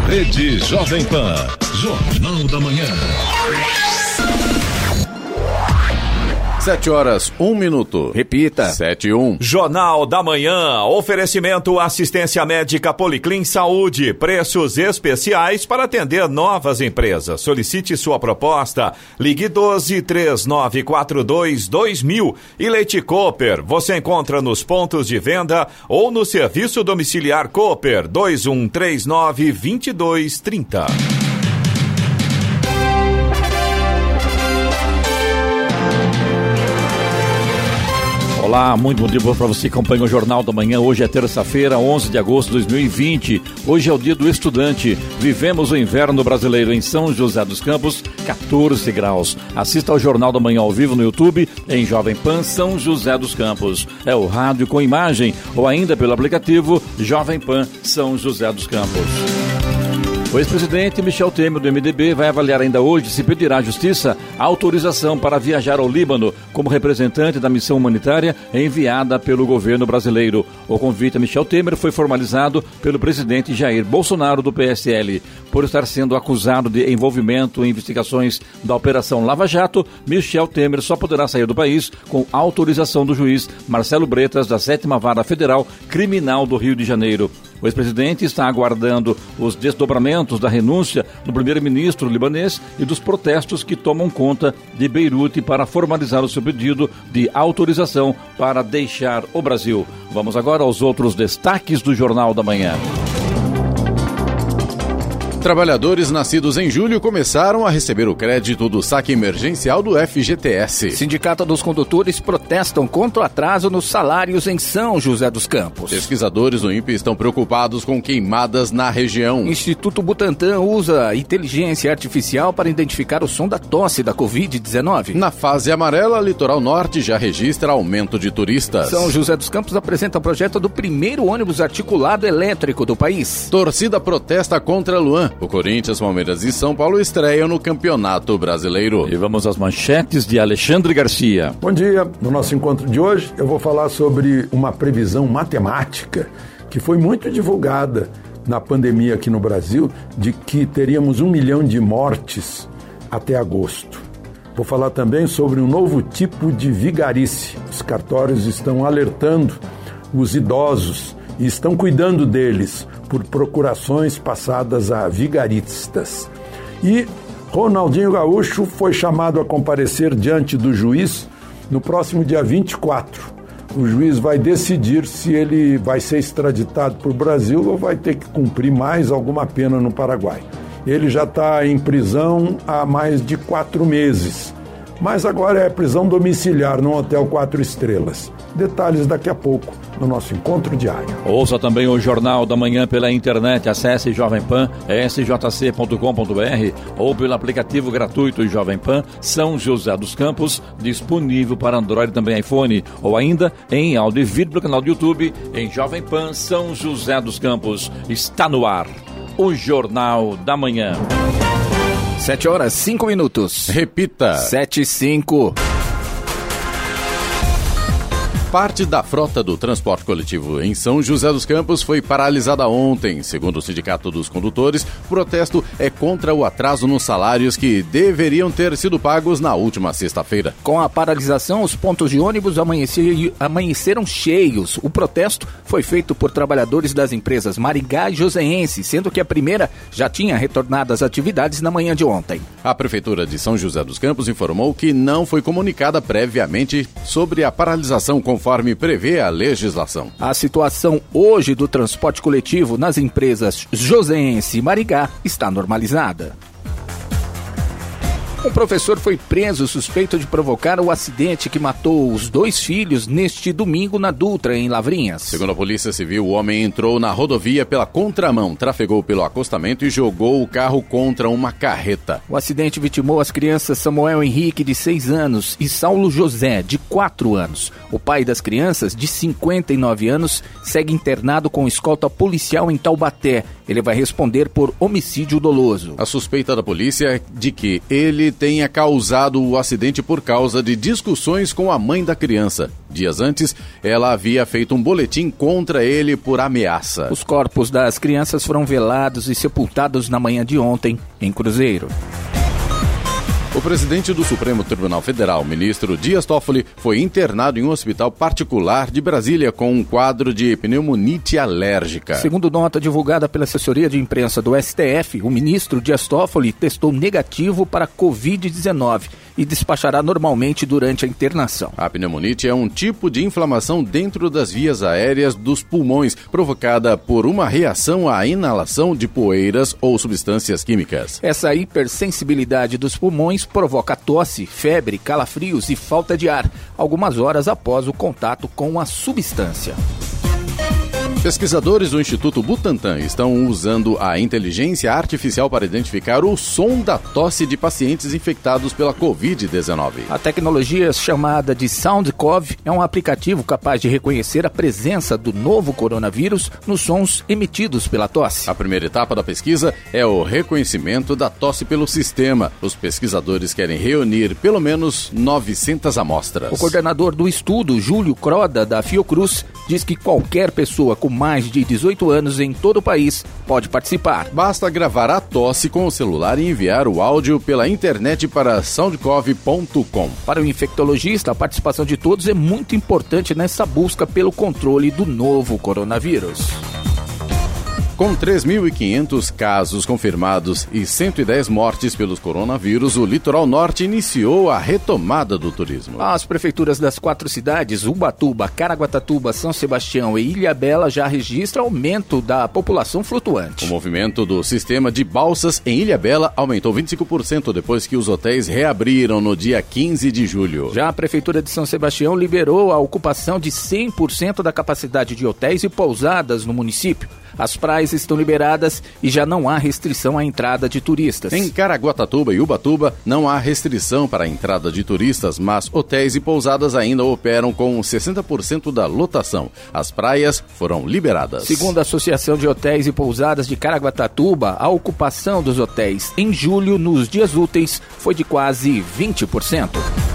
Rede Jovem Pan, Jornal da Manhã. 7h01. Repita. 7h01. Jornal da Manhã. Oferecimento assistência médica Policlin Saúde. Preços especiais para atender novas empresas. Solicite sua proposta. Ligue 12-3942-2000. E Leite Cooper. Você encontra nos pontos de venda ou no serviço domiciliar Cooper 2139-2230. Olá, muito bom dia para você que acompanha o Jornal da Manhã. Hoje é terça-feira, 11 de agosto de 2020. Hoje é o dia do estudante. Vivemos o inverno brasileiro em São José dos Campos, 14 graus. Assista ao Jornal da Manhã ao vivo no YouTube, em Jovem Pan São José dos Campos. É o rádio com imagem ou ainda pelo aplicativo Jovem Pan São José dos Campos. O ex-presidente Michel Temer, do MDB, vai avaliar ainda hoje se pedirá à Justiça a autorização para viajar ao Líbano como representante da missão humanitária enviada pelo governo brasileiro. O convite a Michel Temer foi formalizado pelo presidente Jair Bolsonaro, do PSL. Por estar sendo acusado de envolvimento em investigações da Operação Lava Jato, Michel Temer só poderá sair do país com autorização do juiz Marcelo Bretas, da 7ª Vara Federal Criminal do Rio de Janeiro. O ex-presidente está aguardando os desdobramentos da renúncia do primeiro-ministro libanês e dos protestos que tomam conta de Beirute para formalizar o seu pedido de autorização para deixar o Brasil. Vamos agora aos outros destaques do Jornal da Manhã. Trabalhadores nascidos em julho começaram a receber o crédito do saque emergencial do FGTS. Sindicato dos Condutores protestam contra o atraso nos salários em São José dos Campos. Pesquisadores do INPE estão preocupados com queimadas na região. Instituto Butantan usa inteligência artificial para identificar o som da tosse da Covid-19. Na fase amarela, Litoral Norte já registra aumento de turistas. São José dos Campos apresenta o projeto do primeiro ônibus articulado elétrico do país. Torcida protesta contra Luan. O Corinthians, Palmeiras e São Paulo estreiam no Campeonato Brasileiro. E vamos às manchetes de Alexandre Garcia. Bom dia. No nosso encontro de hoje, eu vou falar sobre uma previsão matemática que foi muito divulgada na pandemia aqui no Brasil, de que teríamos 1 milhão de mortes até agosto. Vou falar também sobre um novo tipo de vigarice. Os cartórios estão alertando os idosos e estão cuidando deles por procurações passadas a vigaristas. E Ronaldinho Gaúcho foi chamado a comparecer diante do juiz no próximo dia 24. O juiz vai decidir se ele vai ser extraditado para o Brasil ou vai ter que cumprir mais alguma pena no Paraguai. Ele já está em prisão há mais de 4 meses. Mas agora é prisão domiciliar num hotel 4 estrelas. Detalhes daqui a pouco no nosso encontro diário. Ouça também o Jornal da Manhã pela internet. Acesse Jovem Pan, sjc.com.br ou pelo aplicativo gratuito Jovem Pan São José dos Campos, disponível para Android e também iPhone, ou ainda em áudio e vídeo pelo canal do YouTube em Jovem Pan São José dos Campos. Está no ar o Jornal da Manhã. 7h05. Repita. 7h05. Parte da frota do transporte coletivo em São José dos Campos foi paralisada ontem. Segundo o Sindicato dos Condutores, o protesto é contra o atraso nos salários que deveriam ter sido pagos na última sexta-feira. Com a paralisação, os pontos de ônibus amanheceram cheios. O protesto foi feito por trabalhadores das empresas Maringá e Joseense, sendo que a primeira já tinha retornado às atividades na manhã de ontem. A Prefeitura de São José dos Campos informou que não foi comunicada previamente sobre a paralisação conforme prevê a legislação. A situação hoje do transporte coletivo nas empresas Joseense e Maringá está normalizada. Um professor foi preso suspeito de provocar o acidente que matou os 2 filhos neste domingo na Dutra, em Lavrinhas. Segundo a Polícia Civil, o homem entrou na rodovia pela contramão, trafegou pelo acostamento e jogou o carro contra uma carreta. O acidente vitimou as crianças Samuel Henrique, de 6 anos, e Saulo José, de 4 anos. O pai das crianças, de 59 anos, segue internado com escolta policial em Taubaté. Ele vai responder por homicídio doloso. A suspeita da polícia é de que eles ele tenha causado o acidente por causa de discussões com a mãe da criança. Dias antes, ela havia feito um boletim contra ele por ameaça. Os corpos das crianças foram velados e sepultados na manhã de ontem, em Cruzeiro. O presidente do Supremo Tribunal Federal, ministro Dias Toffoli, foi internado em um hospital particular de Brasília com um quadro de pneumonite alérgica. Segundo nota divulgada pela assessoria de imprensa do STF, o ministro Dias Toffoli testou negativo para Covid-19 e despachará normalmente durante a internação. A pneumonite é um tipo de inflamação dentro das vias aéreas dos pulmões, provocada por uma reação à inalação de poeiras ou substâncias químicas. Essa hipersensibilidade dos pulmões provoca tosse, febre, calafrios e falta de ar, algumas horas após o contato com a substância. Pesquisadores do Instituto Butantan estão usando a inteligência artificial para identificar o som da tosse de pacientes infectados pela Covid-19. A tecnologia chamada de SoundCov é um aplicativo capaz de reconhecer a presença do novo coronavírus nos sons emitidos pela tosse. A primeira etapa da pesquisa é o reconhecimento da tosse pelo sistema. Os pesquisadores querem reunir pelo menos 900 amostras. O coordenador do estudo, Júlio Croda, da Fiocruz, diz que qualquer pessoa com mais de 18 anos em todo o país pode participar. Basta gravar a tosse com o celular e enviar o áudio pela internet para soundcov.com. Para o infectologista, a participação de todos é muito importante nessa busca pelo controle do novo coronavírus. Com 3.500 casos confirmados e 110 mortes pelos coronavírus, o Litoral Norte iniciou a retomada do turismo. As prefeituras das 4 cidades, Ubatuba, Caraguatatuba, São Sebastião e Ilhabela, já registram aumento da população flutuante. O movimento do sistema de balsas em Ilhabela aumentou 25% depois que os hotéis reabriram no dia 15 de julho. Já a Prefeitura de São Sebastião liberou a ocupação de 100% da capacidade de hotéis e pousadas no município. As praias estão liberadas e já não há restrição à entrada de turistas. Em Caraguatatuba e Ubatuba não há restrição para a entrada de turistas, mas hotéis e pousadas ainda operam com 60% da lotação. As praias foram liberadas. Segundo a Associação de Hotéis e Pousadas de Caraguatatuba, a ocupação dos hotéis em julho, nos dias úteis, foi de quase 20%.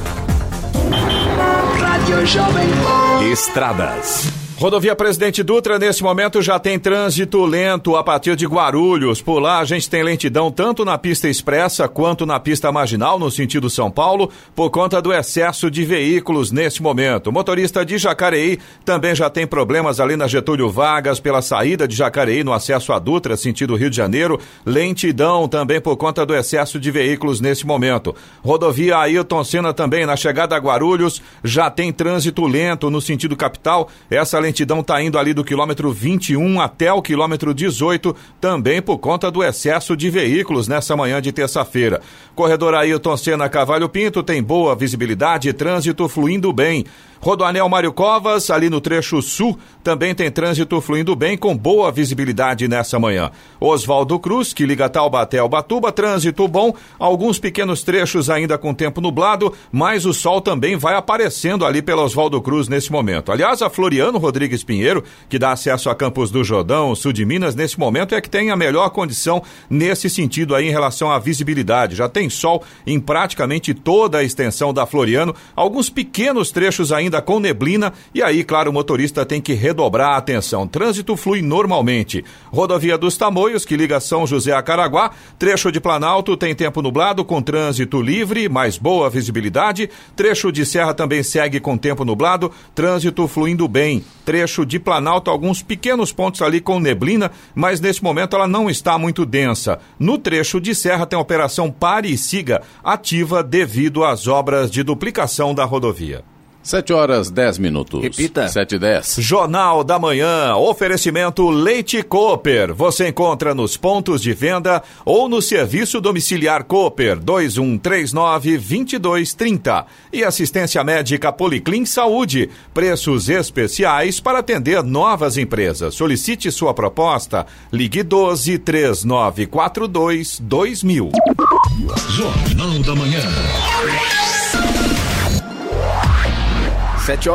Estradas. Rodovia Presidente Dutra, nesse momento, já tem trânsito lento a partir de Guarulhos. Por lá, a gente tem lentidão tanto na pista expressa quanto na pista marginal, no sentido São Paulo, por conta do excesso de veículos nesse momento. O motorista de Jacareí também já tem problemas ali na Getúlio Vargas, pela saída de Jacareí, no acesso a Dutra, sentido Rio de Janeiro. Lentidão também por conta do excesso de veículos nesse momento. Rodovia Ayrton Senna também, na chegada a Guarulhos, já tem trânsito lento no sentido capital. Essa lentidão está indo ali do quilômetro 21 até o quilômetro 18, também por conta do excesso de veículos nessa manhã de terça-feira. Corredor Ayrton Senna Cavalho Pinto tem boa visibilidade e trânsito fluindo bem. Rodoanel Mário Covas, ali no trecho sul, também tem trânsito fluindo bem, com boa visibilidade nessa manhã. Oswaldo Cruz, que liga Taubaté ao Ubatuba, trânsito bom, alguns pequenos trechos ainda com tempo nublado, mas o sol também vai aparecendo ali pela Oswaldo Cruz nesse momento. Aliás, a Floriano Rodrigues Pinheiro, que dá acesso a Campos do Jordão, sul de Minas, nesse momento é que tem a melhor condição nesse sentido aí em relação à visibilidade. Já tem sol em praticamente toda a extensão da Floriano, alguns pequenos trechos ainda com neblina, e aí, claro, o motorista tem que redobrar a atenção. Trânsito flui normalmente. Rodovia dos Tamoios, que liga São José a Caraguá, trecho de Planalto tem tempo nublado com trânsito livre, mais boa visibilidade. Trecho de Serra também segue com tempo nublado, trânsito fluindo bem. Trecho de Planalto, alguns pequenos pontos ali com neblina, mas nesse momento ela não está muito densa. No trecho de Serra tem a operação Pare e Siga ativa devido às obras de duplicação da rodovia. 7h10. Repita. 7h10. Jornal da Manhã, oferecimento Leite Cooper. Você encontra nos pontos de venda ou no serviço domiciliar Cooper 2139-2230. E assistência médica Policlin Saúde. Preços especiais para atender novas empresas. Solicite sua proposta. Ligue 12-3942-2000. Jornal da Manhã.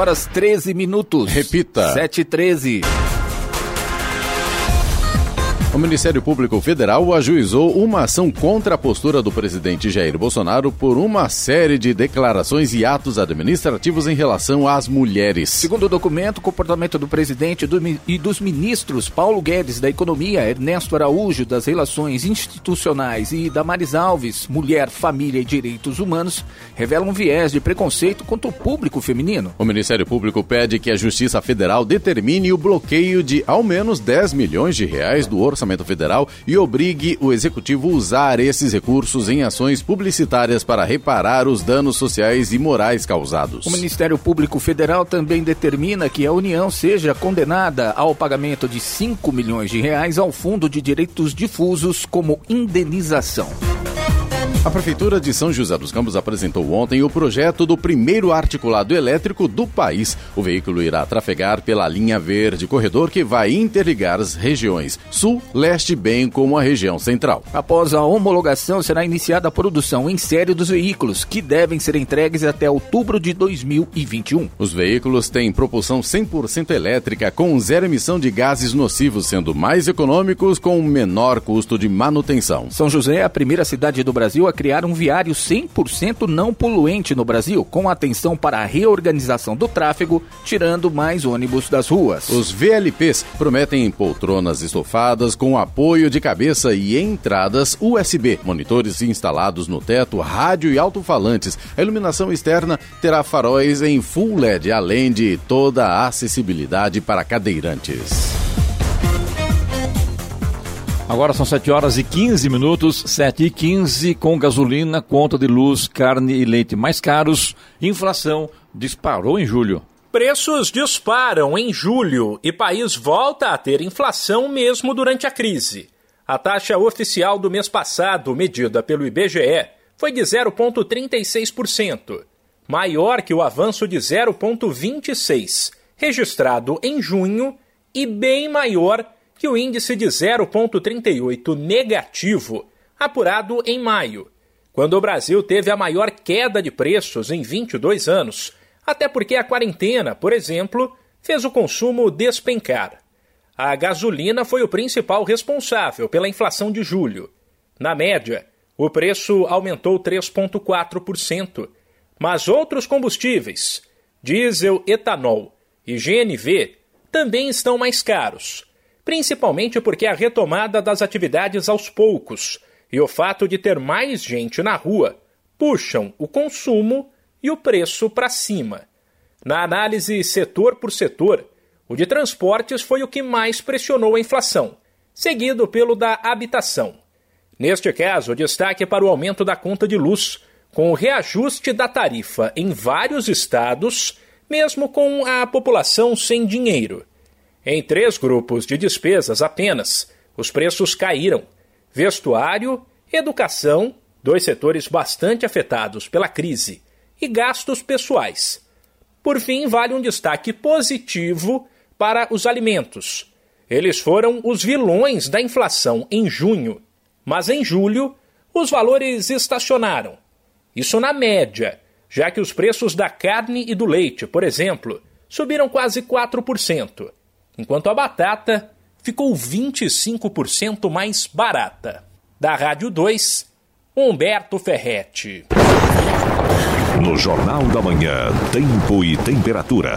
7h13. Repita. 7h13. O O Ministério Público Federal ajuizou uma ação contra a postura do presidente Jair Bolsonaro por uma série de declarações e atos administrativos em relação às mulheres. Segundo o documento, o comportamento do presidente e dos ministros Paulo Guedes da Economia, Ernesto Araújo das Relações Institucionais e Damares Alves, Mulher, Família e Direitos Humanos, revela um viés de preconceito contra o público feminino. O Ministério Público pede que a Justiça Federal determine o bloqueio de ao menos 10 milhões de reais do Orçamento Federal e obrigue o Executivo a usar esses recursos em ações publicitárias para reparar os danos sociais e morais causados. O Ministério Público Federal também determina que a União seja condenada ao pagamento de 5 milhões de reais ao Fundo de Direitos Difusos como indenização. A Prefeitura de São José dos Campos apresentou ontem o projeto do primeiro articulado elétrico do país. O veículo irá trafegar pela linha verde, corredor que vai interligar as regiões sul, leste, bem como a região central. Após a homologação, será iniciada a produção em série dos veículos, que devem ser entregues até outubro de 2021. Os veículos têm propulsão 100% elétrica, com zero emissão de gases nocivos, sendo mais econômicos com menor custo de manutenção. São José é a primeira cidade do Brasil a criar um viário 100% não poluente no Brasil, com atenção para a reorganização do tráfego, tirando mais ônibus das ruas. Os VLPs prometem poltronas estofadas com apoio de cabeça e entradas USB, monitores instalados no teto, rádio e alto-falantes. A iluminação externa terá faróis em Full LED, além de toda a acessibilidade para cadeirantes. Agora são 7h15, 7h15, com gasolina, conta de luz, carne e leite mais caros, inflação disparou em julho. Preços disparam em julho e país volta a ter inflação mesmo durante a crise. A taxa oficial do mês passado, medida pelo IBGE, foi de 0,36%, maior que o avanço de 0,26%, registrado em junho, e bem maior que o índice de 0,38 negativo, apurado em maio, quando o Brasil teve a maior queda de preços em 22 anos, até porque a quarentena, por exemplo, fez o consumo despencar. A gasolina foi o principal responsável pela inflação de julho. Na média, o preço aumentou 3,4%, mas outros combustíveis, diesel, etanol e GNV, também estão mais caros, principalmente porque a retomada das atividades aos poucos e o fato de ter mais gente na rua puxam o consumo e o preço para cima. Na análise setor por setor, o de transportes foi o que mais pressionou a inflação, seguido pelo da habitação. Neste caso, destaque para o aumento da conta de luz, com o reajuste da tarifa em vários estados, mesmo com a população sem dinheiro. Em 3 grupos de despesas apenas, os preços caíram: vestuário, educação, 2 setores bastante afetados pela crise, e gastos pessoais. Por fim, vale um destaque positivo para os alimentos. Eles foram os vilões da inflação em junho, mas em julho os valores estacionaram. Isso na média, já que os preços da carne e do leite, por exemplo, subiram quase 4%. Enquanto a batata ficou 25% mais barata. Da Rádio 2, Humberto Ferretti. No Jornal da Manhã, tempo e temperatura.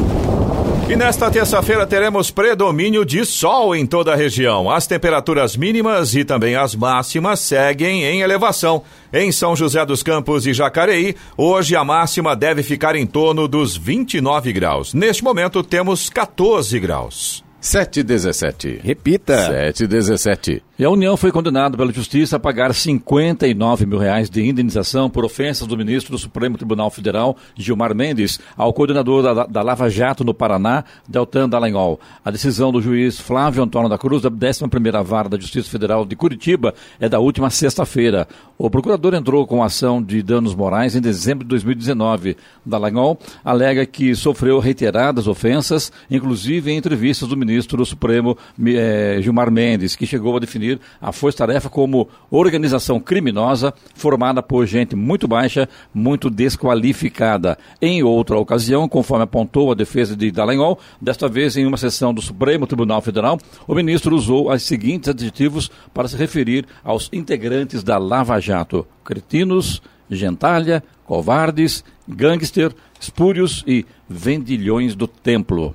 E nesta terça-feira teremos predomínio de sol em toda a região. As temperaturas mínimas e também as máximas seguem em elevação. Em São José dos Campos e Jacareí, hoje a máxima deve ficar em torno dos 29 graus. Neste momento temos 14 graus. 7h17. Repita. 7h17. E a União foi condenada pela Justiça a pagar R$59 mil de indenização por ofensas do ministro do Supremo Tribunal Federal, Gilmar Mendes, ao coordenador da Lava Jato no Paraná, Deltan Dallagnol. A decisão do juiz Flávio Antônio da Cruz, da 11ª Vara da Justiça Federal de Curitiba, é da última sexta-feira. O procurador entrou com ação de danos morais em dezembro de 2019. Dallagnol alega que sofreu reiteradas ofensas, inclusive em entrevistas do ministro ministro do Supremo, Gilmar Mendes, que chegou a definir a Força-Tarefa como organização criminosa formada por gente muito baixa, muito desqualificada. Em outra ocasião, conforme apontou a defesa de Dallagnol, desta vez em uma sessão do Supremo Tribunal Federal, o ministro usou os seguintes adjetivos para se referir aos integrantes da Lava Jato: cretinos, gentalha, covardes, gangster, espúrios e vendilhões do templo.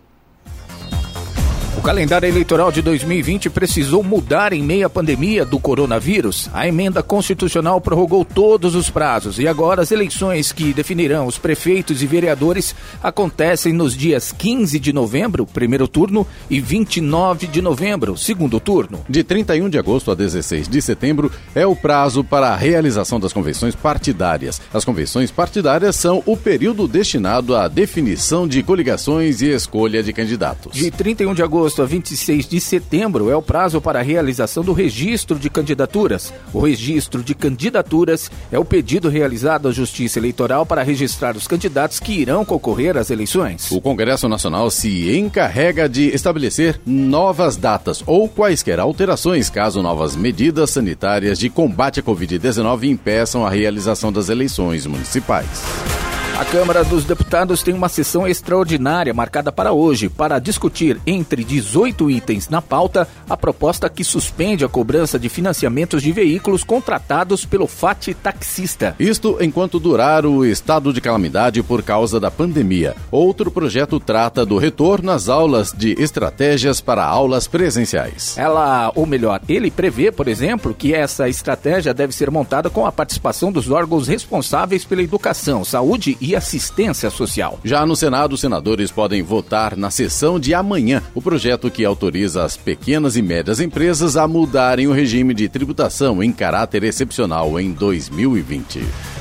O calendário eleitoral de 2020 precisou mudar em meio à pandemia do coronavírus. A emenda constitucional prorrogou todos os prazos e agora as eleições que definirão os prefeitos e vereadores acontecem nos dias 15 de novembro, primeiro turno, e 29 de novembro, segundo turno. De 31 de agosto a 16 de setembro é o prazo para a realização das convenções partidárias. As convenções partidárias são o período destinado à definição de coligações e escolha de candidatos. De 31 de agosto a 26 de setembro é o prazo para a realização do registro de candidaturas. O registro de candidaturas é o pedido realizado à Justiça Eleitoral para registrar os candidatos que irão concorrer às eleições. O Congresso Nacional se encarrega de estabelecer novas datas ou quaisquer alterações caso novas medidas sanitárias de combate à Covid-19 impeçam a realização das eleições municipais. A Câmara dos Deputados tem uma sessão extraordinária marcada para hoje para discutir, entre 18 itens na pauta, a proposta que suspende a cobrança de financiamentos de veículos contratados pelo FAT Taxista. Isto enquanto durar o estado de calamidade por causa da pandemia. Outro projeto trata do retorno às aulas de estratégias para aulas presenciais. Ele prevê, por exemplo, que essa estratégia deve ser montada com a participação dos órgãos responsáveis pela educação, saúde e assistência social. Já no Senado, os senadores podem votar na sessão de amanhã o projeto que autoriza as pequenas e médias empresas a mudarem o regime de tributação em caráter excepcional em 2020.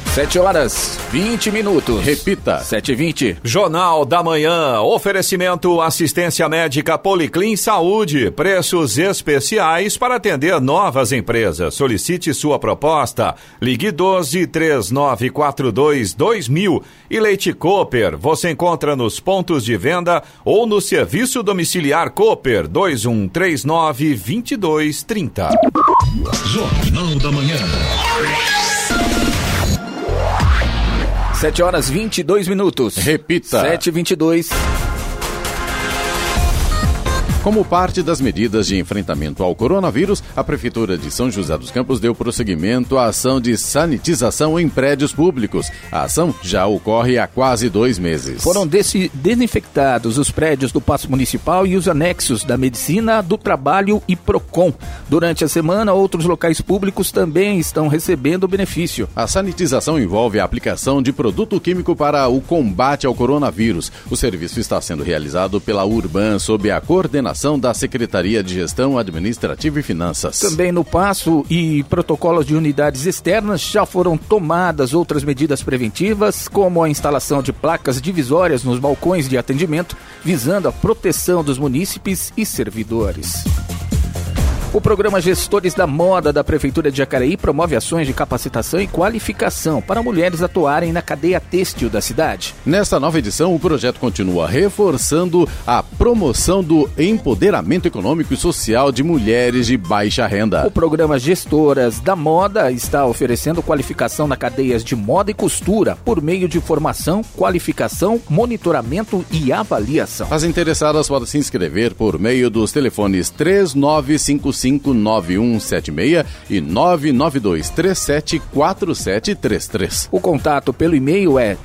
7h20. Repita. 7h20. Jornal da Manhã. Oferecimento assistência médica Policlin Saúde. Preços especiais para atender novas empresas. Solicite sua proposta. Ligue 12-3942-2000. E Leite Cooper. Você encontra nos pontos de venda ou no serviço domiciliar Cooper 2139-2230. Jornal da Manhã. 7h22. Repita. 7h22. Como parte das medidas de enfrentamento ao coronavírus, a Prefeitura de São José dos Campos deu prosseguimento à ação de sanitização em prédios públicos. A ação já ocorre há quase 2 meses. Foram desinfectados os prédios do Paço Municipal e os anexos da Medicina, do Trabalho e Procon. Durante a semana, outros locais públicos também estão recebendo benefício. A sanitização envolve a aplicação de produto químico para o combate ao coronavírus. O serviço está sendo realizado pela Urban sob a coordenação da Secretaria de Gestão Administrativa e Finanças. Também no Paço e protocolos de unidades externas já foram tomadas outras medidas preventivas, como a instalação de placas divisórias nos balcões de atendimento, visando a proteção dos munícipes e servidores. O programa Gestores da Moda da Prefeitura de Jacareí promove ações de capacitação e qualificação para mulheres atuarem na cadeia têxtil da cidade. Nesta nova edição, o projeto continua reforçando a promoção do empoderamento econômico e social de mulheres de baixa renda. O programa Gestoras da Moda está oferecendo qualificação na cadeias de moda e costura por meio de formação, qualificação, monitoramento e avaliação. As interessadas podem se inscrever por meio dos telefones 39559176 e 992374733. O contato pelo e-mail é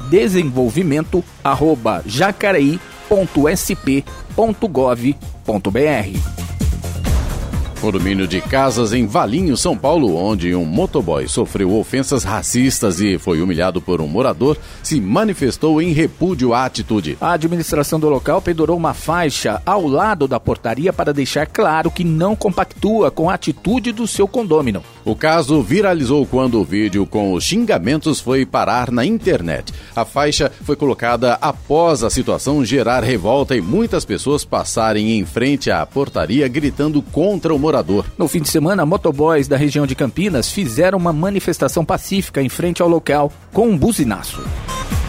desenvolvimento@jacareí.sp.gov.br. Condomínio de casas em Valinho, São Paulo, onde um motoboy sofreu ofensas racistas e foi humilhado por um morador, se manifestou em repúdio à atitude. A administração do local pendurou uma faixa ao lado da portaria para deixar claro que não compactua com a atitude do seu condômino. O caso viralizou quando o vídeo com os xingamentos foi parar na internet. A faixa foi colocada após a situação gerar revolta e muitas pessoas passarem em frente à portaria gritando contra o morador. No fim de semana, motoboys da região de Campinas fizeram uma manifestação pacífica em frente ao local com um buzinaço.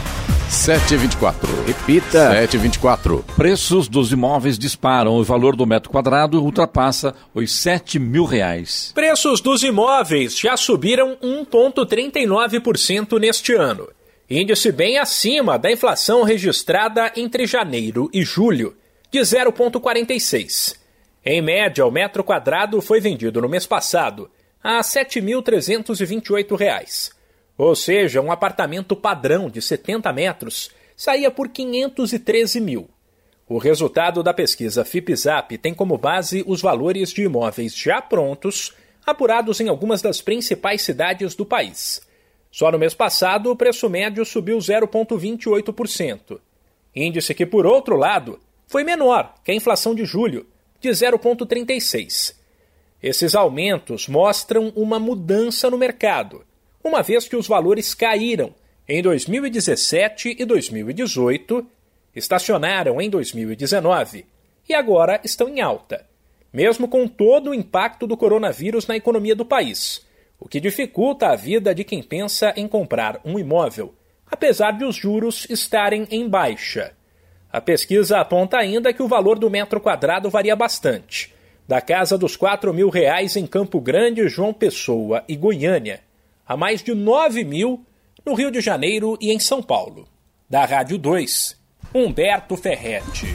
7h24. Repita. 7h24. Preços dos imóveis disparam. O valor do metro quadrado ultrapassa os R$7 mil. Preços dos imóveis já subiram 1,39% neste ano. Índice bem acima da inflação registrada entre janeiro e julho, de 0,46%. Em média, o metro quadrado foi vendido no mês passado a R$ 7.328. Ou seja, um apartamento padrão de 70 metros saía por R$ 513 mil. O resultado da pesquisa FIPZAP tem como base os valores de imóveis já prontos, apurados em algumas das principais cidades do país. Só no mês passado, o preço médio subiu 0,28%. Índice que, por outro lado, foi menor que a inflação de julho, de 0,36%. Esses aumentos mostram uma mudança no mercado, uma vez que os valores caíram em 2017 e 2018, estacionaram em 2019 e agora estão em alta, mesmo com todo o impacto do coronavírus na economia do país, o que dificulta a vida de quem pensa em comprar um imóvel, apesar de os juros estarem em baixa. A pesquisa aponta ainda que o valor do metro quadrado varia bastante, da casa dos R$ 4.000 em Campo Grande, João Pessoa e Goiânia, a mais de 9 mil no Rio de Janeiro e em São Paulo. Da Rádio 2, Humberto Ferretti.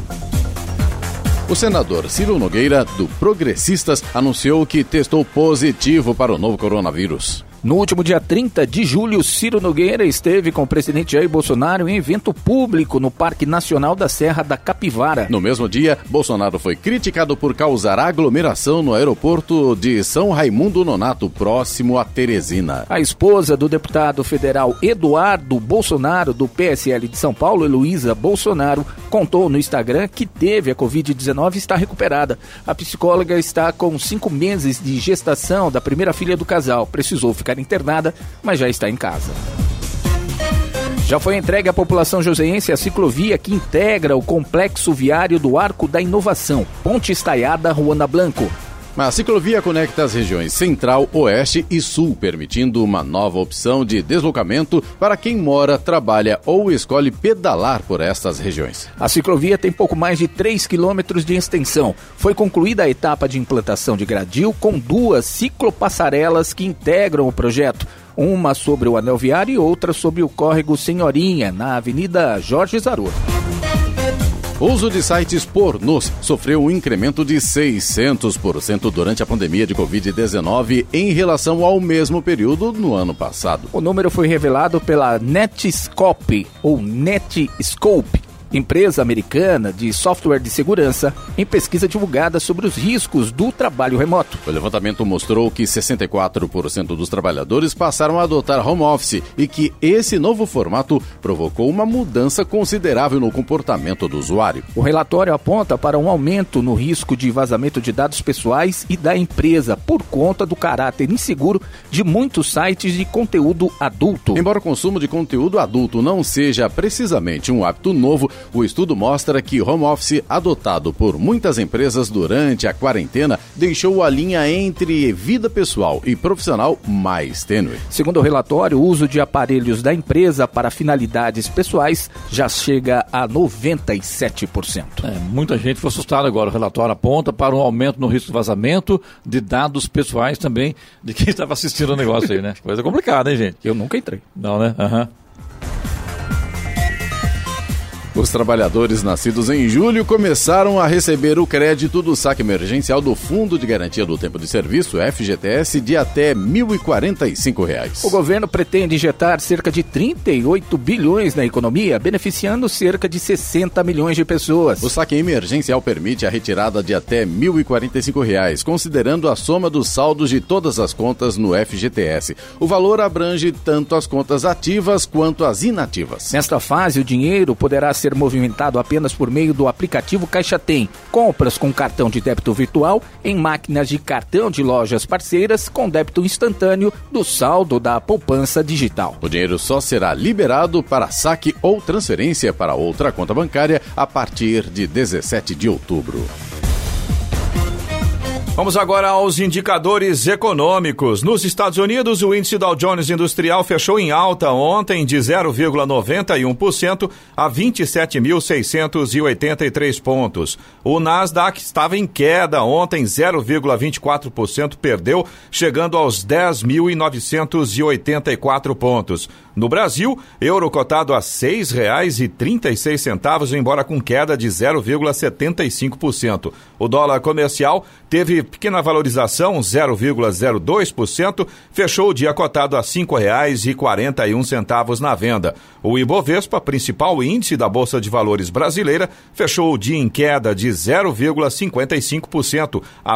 O senador Ciro Nogueira, do Progressistas, anunciou que testou positivo para o novo coronavírus. No último dia 30 de julho, Ciro Nogueira esteve com o presidente Jair Bolsonaro em evento público no Parque Nacional da Serra da Capivara. No mesmo dia, Bolsonaro foi criticado por causar aglomeração no aeroporto de São Raimundo Nonato, próximo a Teresina. A esposa do deputado federal Eduardo Bolsonaro, do PSL de São Paulo, Heloísa Bolsonaro, contou no Instagram que teve a Covid-19 e está recuperada. A psicóloga está com 5 meses de gestação da primeira filha do casal. Precisou ficar internada, mas já está em casa. Já foi entregue à população joseense a ciclovia que integra o complexo viário do Arco da Inovação, Ponte Estaiada, Ruana Blanco. A ciclovia conecta as regiões Central, Oeste e Sul, permitindo uma nova opção de deslocamento para quem mora, trabalha ou escolhe pedalar por estas regiões. A ciclovia tem pouco mais de 3 quilômetros de extensão. Foi concluída a etapa de implantação de gradil com 2 ciclopassarelas que integram o projeto. Uma sobre o anel viário e outra sobre o córrego Senhorinha, na Avenida Jorge Zarot. O uso de sites pornôs sofreu um incremento de 600% durante a pandemia de Covid-19 em relação ao mesmo período no ano passado. O número foi revelado pela Netscope, empresa americana de software de segurança, em pesquisa divulgada sobre os riscos do trabalho remoto. O levantamento mostrou que 64% dos trabalhadores passaram a adotar home office e que esse novo formato provocou uma mudança considerável no comportamento do usuário. O relatório aponta para um aumento no risco de vazamento de dados pessoais e da empresa por conta do caráter inseguro de muitos sites de conteúdo adulto. Embora o consumo de conteúdo adulto não seja precisamente um hábito novo, o estudo mostra que o home office adotado por muitas empresas durante a quarentena deixou a linha entre vida pessoal e profissional mais tênue. Segundo o relatório, o uso de aparelhos da empresa para finalidades pessoais já chega a 97%. Muita gente foi assustada agora. O relatório aponta para um aumento no risco de vazamento de dados pessoais também de quem estava assistindo o negócio aí, né? Coisa complicada, hein, gente? Eu nunca entrei. Não, né? Os trabalhadores nascidos em julho começaram a receber o crédito do saque emergencial do Fundo de Garantia do Tempo de Serviço, FGTS, de até R$ 1.045. O governo pretende injetar cerca de 38 bilhões na economia, beneficiando cerca de 60 milhões de pessoas. O saque emergencial permite a retirada de até R$ 1.045, considerando a soma dos saldos de todas as contas no FGTS. O valor abrange tanto as contas ativas quanto as inativas. Nesta fase, o dinheiro poderá ser movimentado apenas por meio do aplicativo Caixa Tem. Compras com cartão de débito virtual em máquinas de cartão de lojas parceiras com débito instantâneo do saldo da poupança digital. O dinheiro só será liberado para saque ou transferência para outra conta bancária a partir de 17 de outubro. Vamos agora aos indicadores econômicos. Nos Estados Unidos, o índice Dow Jones Industrial fechou em alta ontem de 0,91% a 27.683 pontos. O Nasdaq estava em queda ontem, 0,24% perdeu, chegando aos 10.984 pontos. No Brasil, euro cotado a R$ 6,36, embora com queda de 0,75%. O dólar comercial teve pequena valorização, 0,02%, fechou o dia cotado a R$ 5,41 na venda. O Ibovespa, principal índice da Bolsa de Valores brasileira, fechou o dia em queda de 0,55% a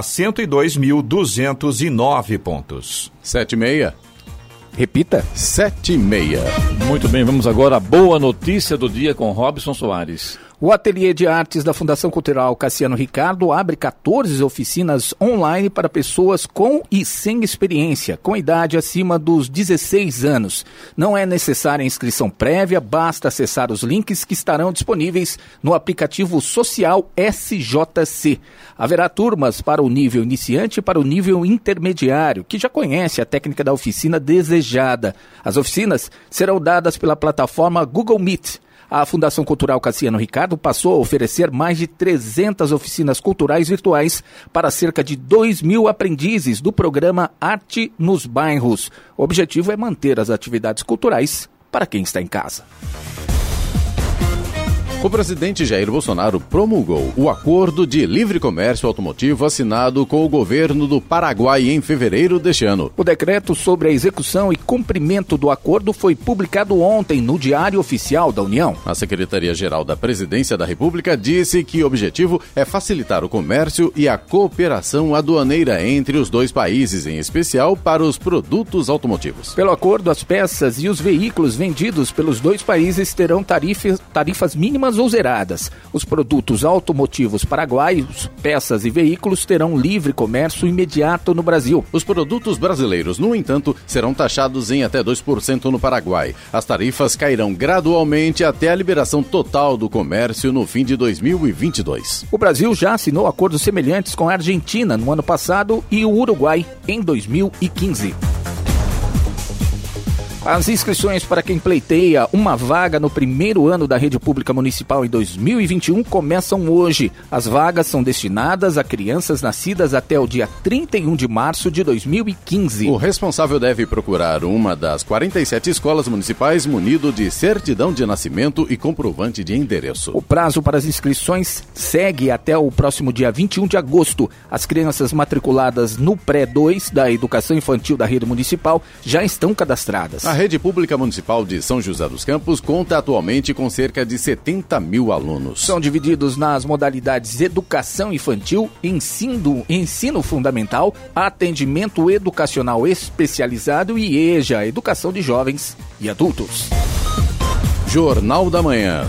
102.209 pontos. 7,6. Repita. 7,6. Muito bem, vamos agora à boa notícia do dia com Robson Soares. O Ateliê de Artes da Fundação Cultural Cassiano Ricardo abre 14 oficinas online para pessoas com e sem experiência, com idade acima dos 16 anos. Não é necessária inscrição prévia, basta acessar os links que estarão disponíveis no aplicativo social SJC. Haverá turmas para o nível iniciante e para o nível intermediário, que já conhece a técnica da oficina desejada. As oficinas serão dadas pela plataforma Google Meet. A Fundação Cultural Cassiano Ricardo passou a oferecer mais de 300 oficinas culturais virtuais para cerca de 2.000 aprendizes do programa Arte nos Bairros. O objetivo é manter as atividades culturais para quem está em casa. O presidente Jair Bolsonaro promulgou o Acordo de Livre Comércio Automotivo assinado com o governo do Paraguai em fevereiro deste ano. O decreto sobre a execução e cumprimento do acordo foi publicado ontem no Diário Oficial da União. A Secretaria-Geral da Presidência da República disse que o objetivo é facilitar o comércio e a cooperação aduaneira entre os dois países, em especial para os produtos automotivos. Pelo acordo, as peças e os veículos vendidos pelos dois países terão tarifas mínimas ou zeradas. Os produtos automotivos paraguaios, peças e veículos terão livre comércio imediato no Brasil. Os produtos brasileiros, no entanto, serão taxados em até 2% no Paraguai. As tarifas cairão gradualmente até a liberação total do comércio no fim de 2022. O Brasil já assinou acordos semelhantes com a Argentina no ano passado e o Uruguai em 2015. As inscrições para quem pleiteia uma vaga no primeiro ano da rede pública municipal em 2021 começam hoje. As vagas são destinadas a crianças nascidas até o dia 31 de março de 2015. O responsável deve procurar uma das 47 escolas municipais munido de certidão de nascimento e comprovante de endereço. O prazo para as inscrições segue até o próximo dia 21 de agosto. As crianças matriculadas no pré-2 da educação infantil da rede municipal já estão cadastradas. A rede pública municipal de São José dos Campos conta atualmente com cerca de 70 mil alunos. São divididos nas modalidades educação infantil, ensino fundamental, atendimento educacional especializado e EJA, educação de jovens e adultos. Jornal da Manhã,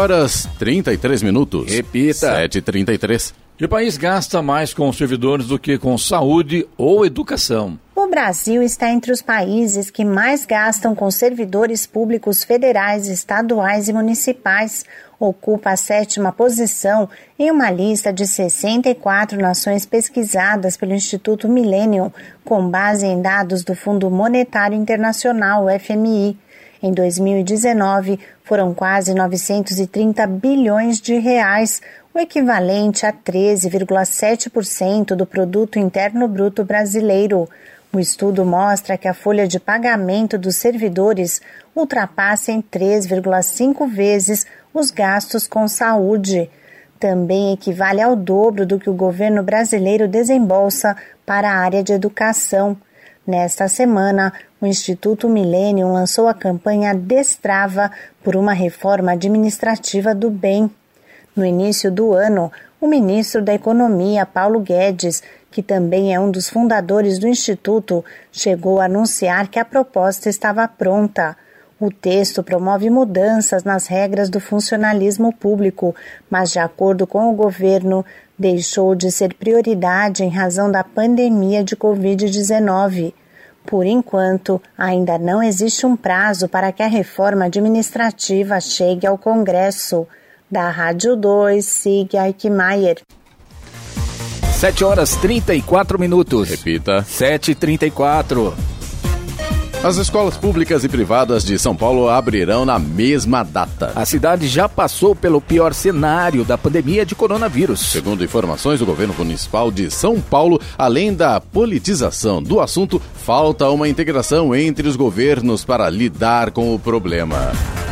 7h33. Repita. 7h33. O país gasta mais com os servidores do que com saúde ou educação. O Brasil está entre os países que mais gastam com servidores públicos federais, estaduais e municipais. Ocupa a 7ª posição em uma lista de 64 nações pesquisadas pelo Instituto Millennium, com base em dados do Fundo Monetário Internacional, FMI. Em 2019, foram quase 930 bilhões de reais, o equivalente a 13,7% do Produto Interno Bruto brasileiro. O estudo mostra que a folha de pagamento dos servidores ultrapassa em 3,5 vezes os gastos com saúde. Também equivale ao dobro do que o governo brasileiro desembolsa para a área de educação. Nesta semana, o Instituto Millennium lançou a campanha Destrava por uma reforma administrativa do bem. No início do ano, o ministro da Economia, Paulo Guedes, que também é um dos fundadores do Instituto, chegou a anunciar que a proposta estava pronta. O texto promove mudanças nas regras do funcionalismo público, mas, de acordo com o governo, deixou de ser prioridade em razão da pandemia de Covid-19. Por enquanto, ainda não existe um prazo para que a reforma administrativa chegue ao Congresso. Da Rádio 2, Sig Eichmeier. 7h34. Repita. 7h34. As escolas públicas e privadas de São Paulo abrirão na mesma data. A cidade já passou pelo pior cenário da pandemia de coronavírus. Segundo informações do governo municipal de São Paulo, além da politização do assunto, falta uma integração entre os governos para lidar com o problema.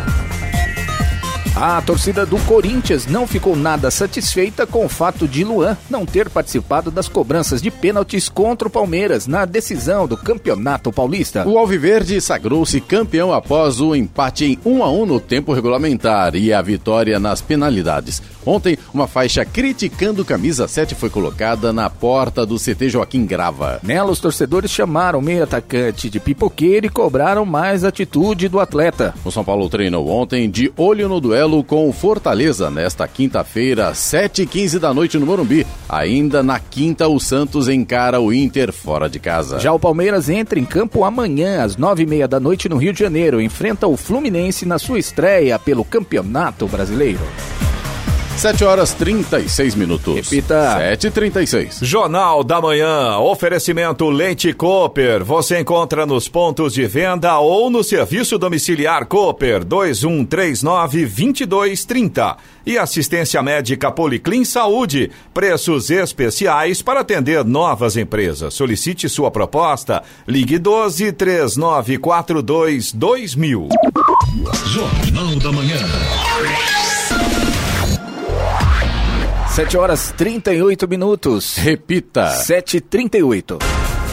A torcida do Corinthians não ficou nada satisfeita com o fato de Luan não ter participado das cobranças de pênaltis contra o Palmeiras na decisão do Campeonato Paulista. O Alviverde sagrou-se campeão após o empate em 1-1 no tempo regulamentar e a vitória nas penalidades. Ontem, uma faixa criticando camisa 7 foi colocada na porta do CT Joaquim Grava. Nela, os torcedores chamaram o meio atacante de pipoqueiro e cobraram mais atitude do atleta. O São Paulo treinou ontem de olho no duelo com o Fortaleza nesta quinta-feira, 7h15 da noite no Morumbi. Ainda na quinta, o Santos encara o Inter fora de casa. Já o Palmeiras entra em campo amanhã, às 9h30 da noite no Rio de Janeiro. Enfrenta o Fluminense na sua estreia pelo Campeonato Brasileiro. 7h36. Repita. 7h36. Jornal da Manhã. Oferecimento Leite Cooper. Você encontra nos pontos de venda ou no serviço domiciliar Cooper 2139-2230. E assistência médica Policlin Saúde. Preços especiais para atender novas empresas. Solicite sua proposta. Ligue 12-3942-2000. Jornal da Manhã. 7h38. Repita. 7h38.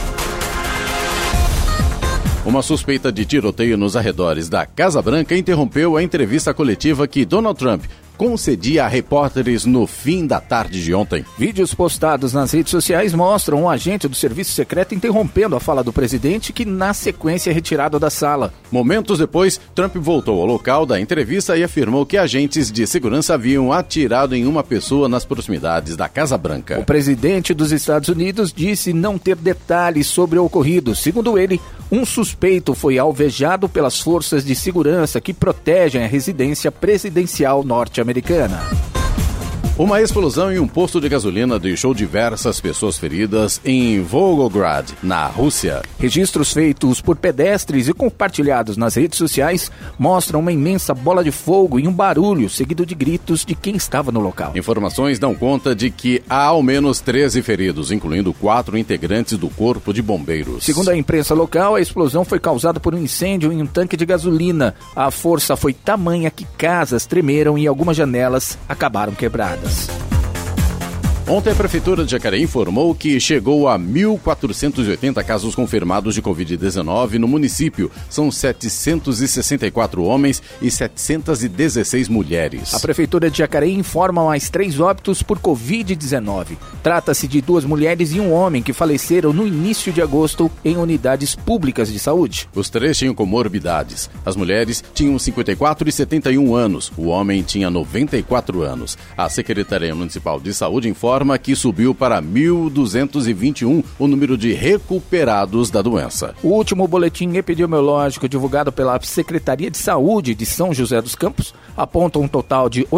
Uma suspeita de tiroteio nos arredores da Casa Branca interrompeu a entrevista coletiva que Donald Trump concedia a repórteres no fim da tarde de ontem. Vídeos postados nas redes sociais mostram um agente do serviço secreto interrompendo a fala do presidente, que na sequência é retirado da sala. Momentos depois, Trump voltou ao local da entrevista e afirmou que agentes de segurança haviam atirado em uma pessoa nas proximidades da Casa Branca. O presidente dos Estados Unidos disse não ter detalhes sobre o ocorrido. Segundo ele, um suspeito foi alvejado pelas forças de segurança que protegem a residência presidencial norte-americana. Uma explosão em um posto de gasolina deixou diversas pessoas feridas em Volgograd, na Rússia. Registros feitos por pedestres e compartilhados nas redes sociais mostram uma imensa bola de fogo e um barulho seguido de gritos de quem estava no local. Informações dão conta de que há ao menos 13 feridos, incluindo 4 integrantes do Corpo de Bombeiros. Segundo a imprensa local, a explosão foi causada por um incêndio em um tanque de gasolina. A força foi tamanha que casas tremeram e algumas janelas acabaram quebradas. Ontem a Prefeitura de Jacareí informou que chegou a 1.480 casos confirmados de Covid-19 no município. São 764 homens e 716 mulheres. A Prefeitura de Jacareí informa mais 3 óbitos por Covid-19. Trata-se de 2 mulheres e um homem que faleceram no início de agosto em unidades públicas de saúde. Os 3 tinham comorbidades. As mulheres tinham 54 e 71 anos. O homem tinha 94 anos. A Secretaria Municipal de Saúde informa que subiu para 1.221 o número de recuperados da doença. O último boletim epidemiológico divulgado pela Secretaria de Saúde de São José dos Campos aponta um total de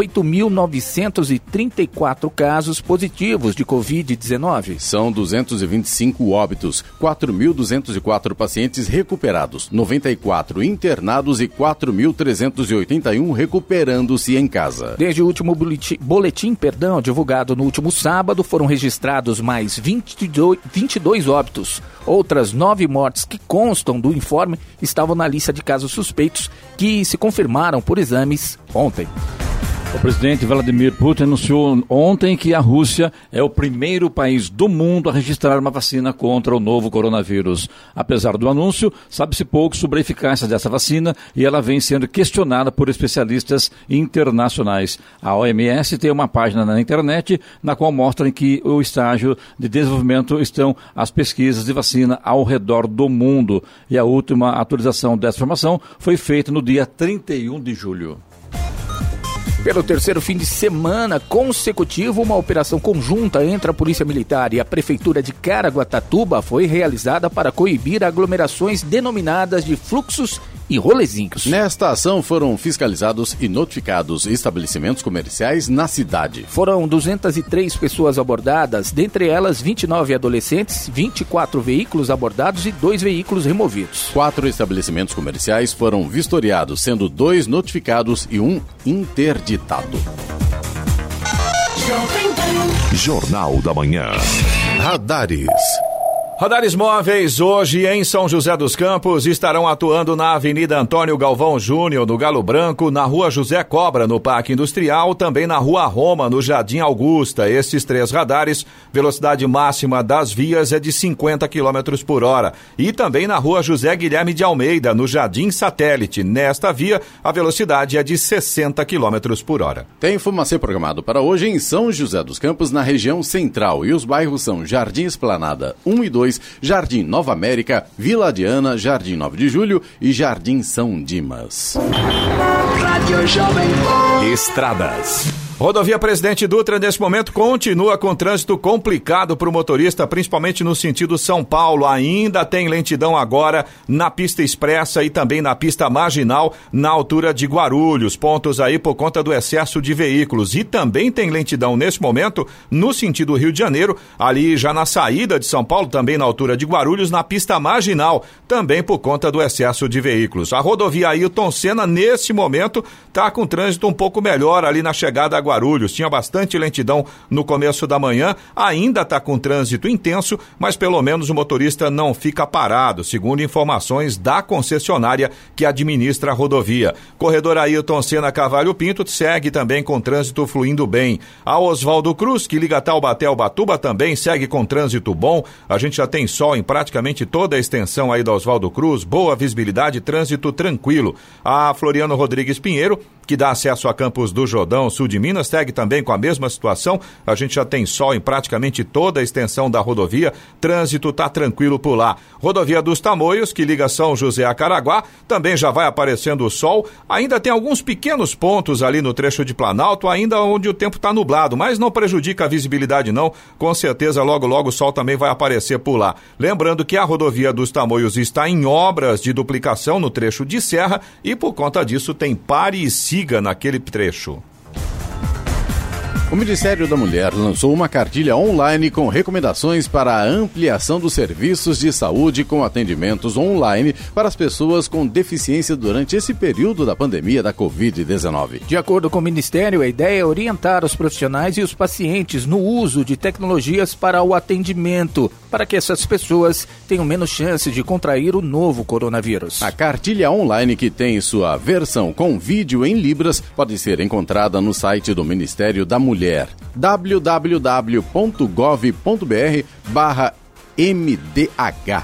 8.934 casos positivos de Covid-19. São 225 óbitos, 4.204 pacientes recuperados, 94 internados e 4.381 recuperando-se em casa. Desde o último boletim divulgado no último sábado, foram registrados mais 22 óbitos. Outras 9 mortes que constam do informe estavam na lista de casos suspeitos que se confirmaram por exames ontem. O presidente Vladimir Putin anunciou ontem que a Rússia é o primeiro país do mundo a registrar uma vacina contra o novo coronavírus. Apesar do anúncio, sabe-se pouco sobre a eficácia dessa vacina e ela vem sendo questionada por especialistas internacionais. A OMS tem uma página na internet na qual mostra em que o estágio de desenvolvimento estão as pesquisas de vacina ao redor do mundo. E a última atualização dessa informação foi feita no dia 31 de julho. Pelo terceiro fim de semana consecutivo, uma operação conjunta entre a Polícia Militar e a Prefeitura de Caraguatatuba foi realizada para coibir aglomerações denominadas de fluxos e rolezinhos. Nesta ação foram fiscalizados e notificados estabelecimentos comerciais na cidade. Foram 203 pessoas abordadas, dentre elas 29 adolescentes, 24 veículos abordados e 2 veículos removidos. 4 estabelecimentos comerciais foram vistoriados, sendo 2 notificados e 1 interditado. Jornal da Manhã. Radares. Radares móveis hoje em São José dos Campos estarão atuando na Avenida Antônio Galvão Júnior, no Galo Branco, na Rua José Cobra, no Parque Industrial, também na Rua Roma, no Jardim Augusta. Esses 3 radares, velocidade máxima das vias é de 50 km por hora. E também na Rua José Guilherme de Almeida, no Jardim Satélite. Nesta via, a velocidade é de 60 km por hora. Tem fumacê programado para hoje em São José dos Campos, na região central. E os bairros são Jardim Esplanada 1 e 2, Jardim Nova América, Vila Diana, Jardim 9 de Julho e Jardim São Dimas. Estradas. Rodovia Presidente Dutra, nesse momento, continua com trânsito complicado para o motorista, principalmente no sentido São Paulo. Ainda tem lentidão agora na pista expressa e também na pista marginal, na altura de Guarulhos. Pontos aí por conta do excesso de veículos. E também tem lentidão nesse momento no sentido Rio de Janeiro, ali já na saída de São Paulo, também na altura de Guarulhos, na pista marginal, também por conta do excesso de veículos. A rodovia Ailton Senna, nesse momento, está com trânsito um pouco melhor ali na chegada a Guarulhos. Tinha bastante lentidão no começo da manhã, ainda está com trânsito intenso, mas pelo menos o motorista não fica parado, segundo informações da concessionária que administra a rodovia. Corredor Ailton Senna Carvalho Pinto segue também com trânsito fluindo bem. A Oswaldo Cruz, que liga Taubaté ao Ubatuba, também segue com trânsito bom. A gente já tem sol em praticamente toda a extensão aí da Oswaldo Cruz, boa visibilidade, trânsito tranquilo. A Floriano Rodrigues Pinheiro, que dá acesso a Campos do Jordão, sul de Minas, segue também com a mesma situação. A gente já tem sol em praticamente toda a extensão da rodovia, trânsito está tranquilo por lá. Rodovia dos Tamoios, que liga São José a Caraguá, também já vai aparecendo o sol. Ainda tem alguns pequenos pontos ali no trecho de Planalto, ainda onde o tempo está nublado, mas não prejudica a visibilidade não. Com certeza logo logo o sol também vai aparecer por lá. Lembrando que a rodovia dos Tamoios está em obras de duplicação no trecho de serra e por conta disso tem pare e siga naquele trecho. O Ministério da Mulher lançou uma cartilha online com recomendações para a ampliação dos serviços de saúde com atendimentos online para as pessoas com deficiência durante esse período da pandemia da Covid-19. De acordo com o Ministério, a ideia é orientar os profissionais e os pacientes no uso de tecnologias para o atendimento, para que essas pessoas tenham menos chance de contrair o novo coronavírus. A cartilha online, que tem sua versão com vídeo em Libras, pode ser encontrada no site do Ministério da Mulher, www.gov.br/MDH.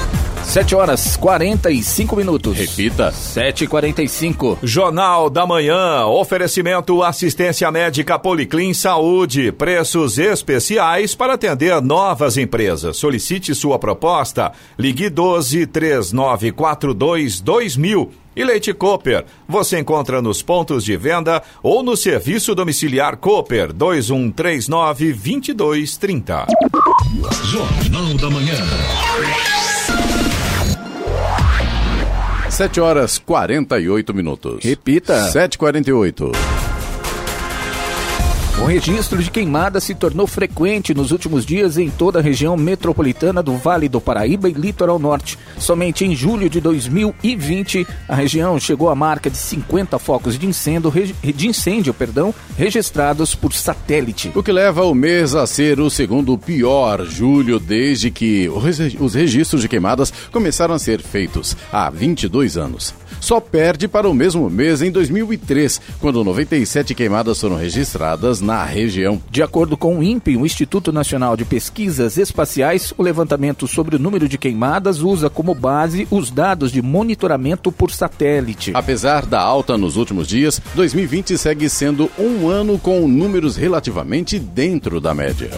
7h45. Repita. 7h45. Jornal da Manhã. Oferecimento assistência médica Policlin Saúde. Preços especiais para atender novas empresas. Solicite sua proposta. Ligue 12-3942-2000. E Leite Cooper, você encontra nos pontos de venda ou no serviço domiciliar Cooper 2139-2230. Jornal da Manhã. 7h48. Repita. 7h48. O registro de queimadas se tornou frequente nos últimos dias em toda a região metropolitana do Vale do Paraíba e Litoral Norte. Somente em julho de 2020, a região chegou à marca de 50 focos de incêndio, registrados por satélite. O que leva o mês a ser o segundo pior julho desde que os registros de queimadas começaram a ser feitos há 22 anos. Só perde para o mesmo mês em 2003, quando 97 queimadas foram registradas na região. De acordo com o INPE, o Instituto Nacional de Pesquisas Espaciais, o levantamento sobre o número de queimadas usa como base os dados de monitoramento por satélite. Apesar da alta nos últimos dias, 2020 segue sendo um ano com números relativamente dentro da média.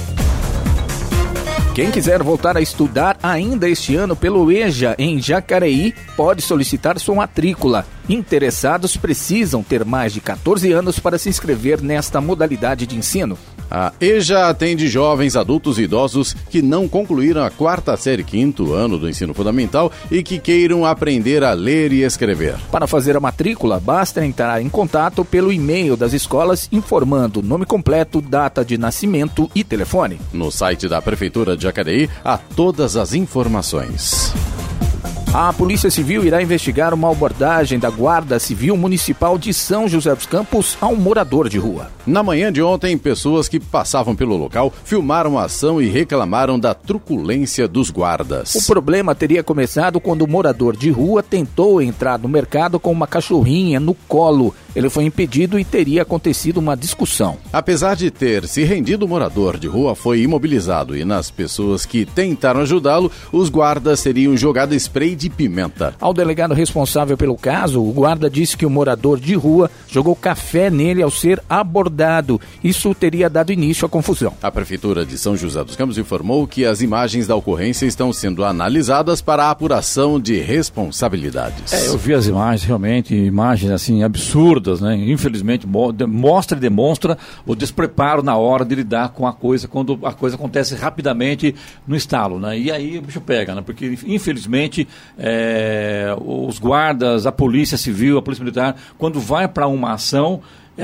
Quem quiser voltar a estudar ainda este ano pelo EJA em Jacareí, pode solicitar sua matrícula. Interessados precisam ter mais de 14 anos para se inscrever nesta modalidade de ensino. A EJA atende jovens, adultos e idosos que não concluíram a 4ª série, 5º ano do ensino fundamental e que queiram aprender a ler e escrever. Para fazer a matrícula, basta entrar em contato pelo e-mail das escolas informando nome completo, data de nascimento e telefone. No site da Prefeitura de Jacareí há todas as informações. A Polícia Civil irá investigar uma abordagem da Guarda Civil Municipal de São José dos Campos a um morador de rua. Na manhã de ontem, pessoas que passavam pelo local filmaram a ação e reclamaram da truculência dos guardas. O problema teria começado quando o morador de rua tentou entrar no mercado com uma cachorrinha no colo. Ele foi impedido e teria acontecido uma discussão. Apesar de ter se rendido, o morador de rua foi imobilizado e nas pessoas que tentaram ajudá-lo, os guardas teriam jogado spray de pimenta. Ao delegado responsável pelo caso, o guarda disse que o morador de rua jogou café nele ao ser abordado. Isso teria dado início à confusão. A Prefeitura de São José dos Campos informou que as imagens da ocorrência estão sendo analisadas para a apuração de responsabilidades. Eu vi as imagens, realmente, imagens assim absurdas, né? Infelizmente, mostra e demonstra o despreparo na hora de lidar com a coisa, quando a coisa acontece rapidamente no estalo, né? E aí o bicho pega, né? Porque, infelizmente, os guardas, a Polícia Civil, a Polícia Militar, quando vai para uma ação,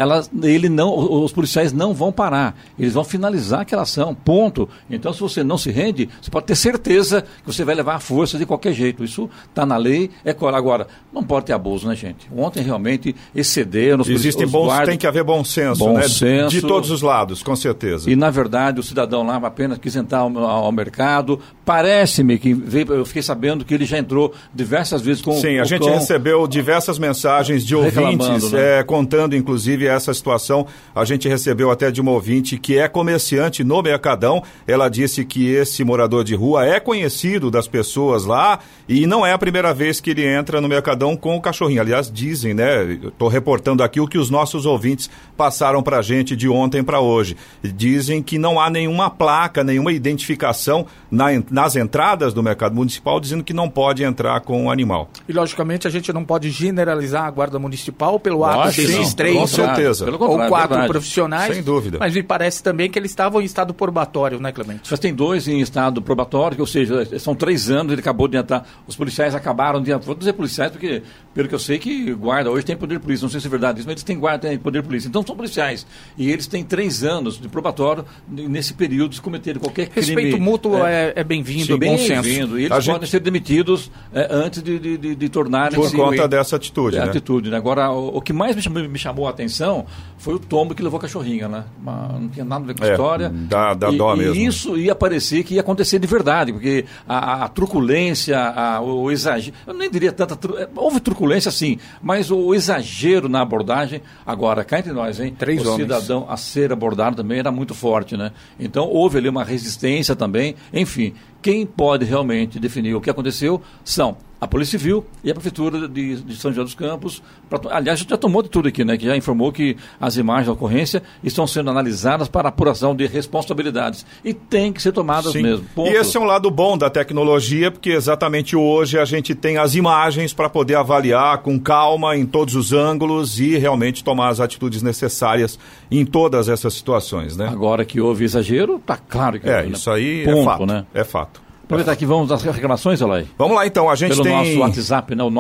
os policiais não vão parar, eles vão finalizar aquela ação, ponto. Então, se você não se rende, você pode ter certeza que você vai levar a força de qualquer jeito. Isso está na lei, é claro. Agora, não pode ter abuso, né, gente? Ontem realmente excederam. Tem que haver bom senso, né? Senso, de todos os lados, com certeza. E, na verdade, o cidadão lá apenas quis entrar ao mercado. Parece-me que eu fiquei sabendo que ele já entrou diversas vezes com Sim, a gente recebeu diversas mensagens de ouvintes, né? Contando, inclusive, essa situação. A gente recebeu até de uma ouvinte que é comerciante no Mercadão. Ela disse que esse morador de rua é conhecido das pessoas lá e não é a primeira vez que ele entra no Mercadão com o cachorrinho. Aliás, dizem, né? Estou reportando aqui o que os nossos ouvintes passaram para a gente de ontem para hoje. Dizem que não há nenhuma placa, nenhuma identificação nas entradas do Mercado Municipal dizendo que não pode entrar com o animal. E, logicamente, a gente não pode generalizar a Guarda Municipal pelo ato desses três. Com certeza. Ou 4 profissionais. Sem dúvida. Mas me parece também que eles estavam em estado probatório, né, Clemente? Mas tem 2 em estado probatório, ou seja, são 3 anos, ele acabou de entrar. Os policiais acabaram de entrar. Vou dizer policiais porque, pelo que eu sei, que guarda hoje tem poder de polícia. Não sei se é verdade isso, mas eles têm guarda, têm poder de polícia. Então são policiais. E eles têm 3 anos de probatório nesse período de cometer qualquer crime. Respeito mútuo é bem-vindo, é bom senso. E eles podem ser demitidos antes de tornarem... Por conta dessa atitude, né? Agora, o que mais me chamou a atenção foi o tombo que levou a cachorrinha, né? Não tinha nada a ver com a história. Dá dó mesmo. E isso ia parecer que ia acontecer de verdade, porque a truculência, o exagero... Eu nem diria tanta... Houve truculência, sim, mas o exagero na abordagem... Agora, cá entre nós, hein? 3 homens. O cidadão a ser abordado também era muito forte, né? Então, houve ali uma resistência também. Enfim, quem pode realmente definir o que aconteceu são a Polícia Civil e a Prefeitura de São José dos Campos. Aliás, a gente já tomou de tudo aqui, né? Que já informou que as imagens da ocorrência estão sendo analisadas para apuração de responsabilidades. E tem que ser tomadas mesmo. Ponto. E esse é um lado bom da tecnologia, porque exatamente hoje a gente tem as imagens para poder avaliar com calma em todos os ângulos e realmente tomar as atitudes necessárias em todas essas situações, né? Agora que houve exagero, tá claro que houve, isso aí ponto, é fato, né? É fato. Aproveitar aqui, vamos às reclamações, Eloy? Vamos lá, então. A gente Pelo nosso WhatsApp, né, o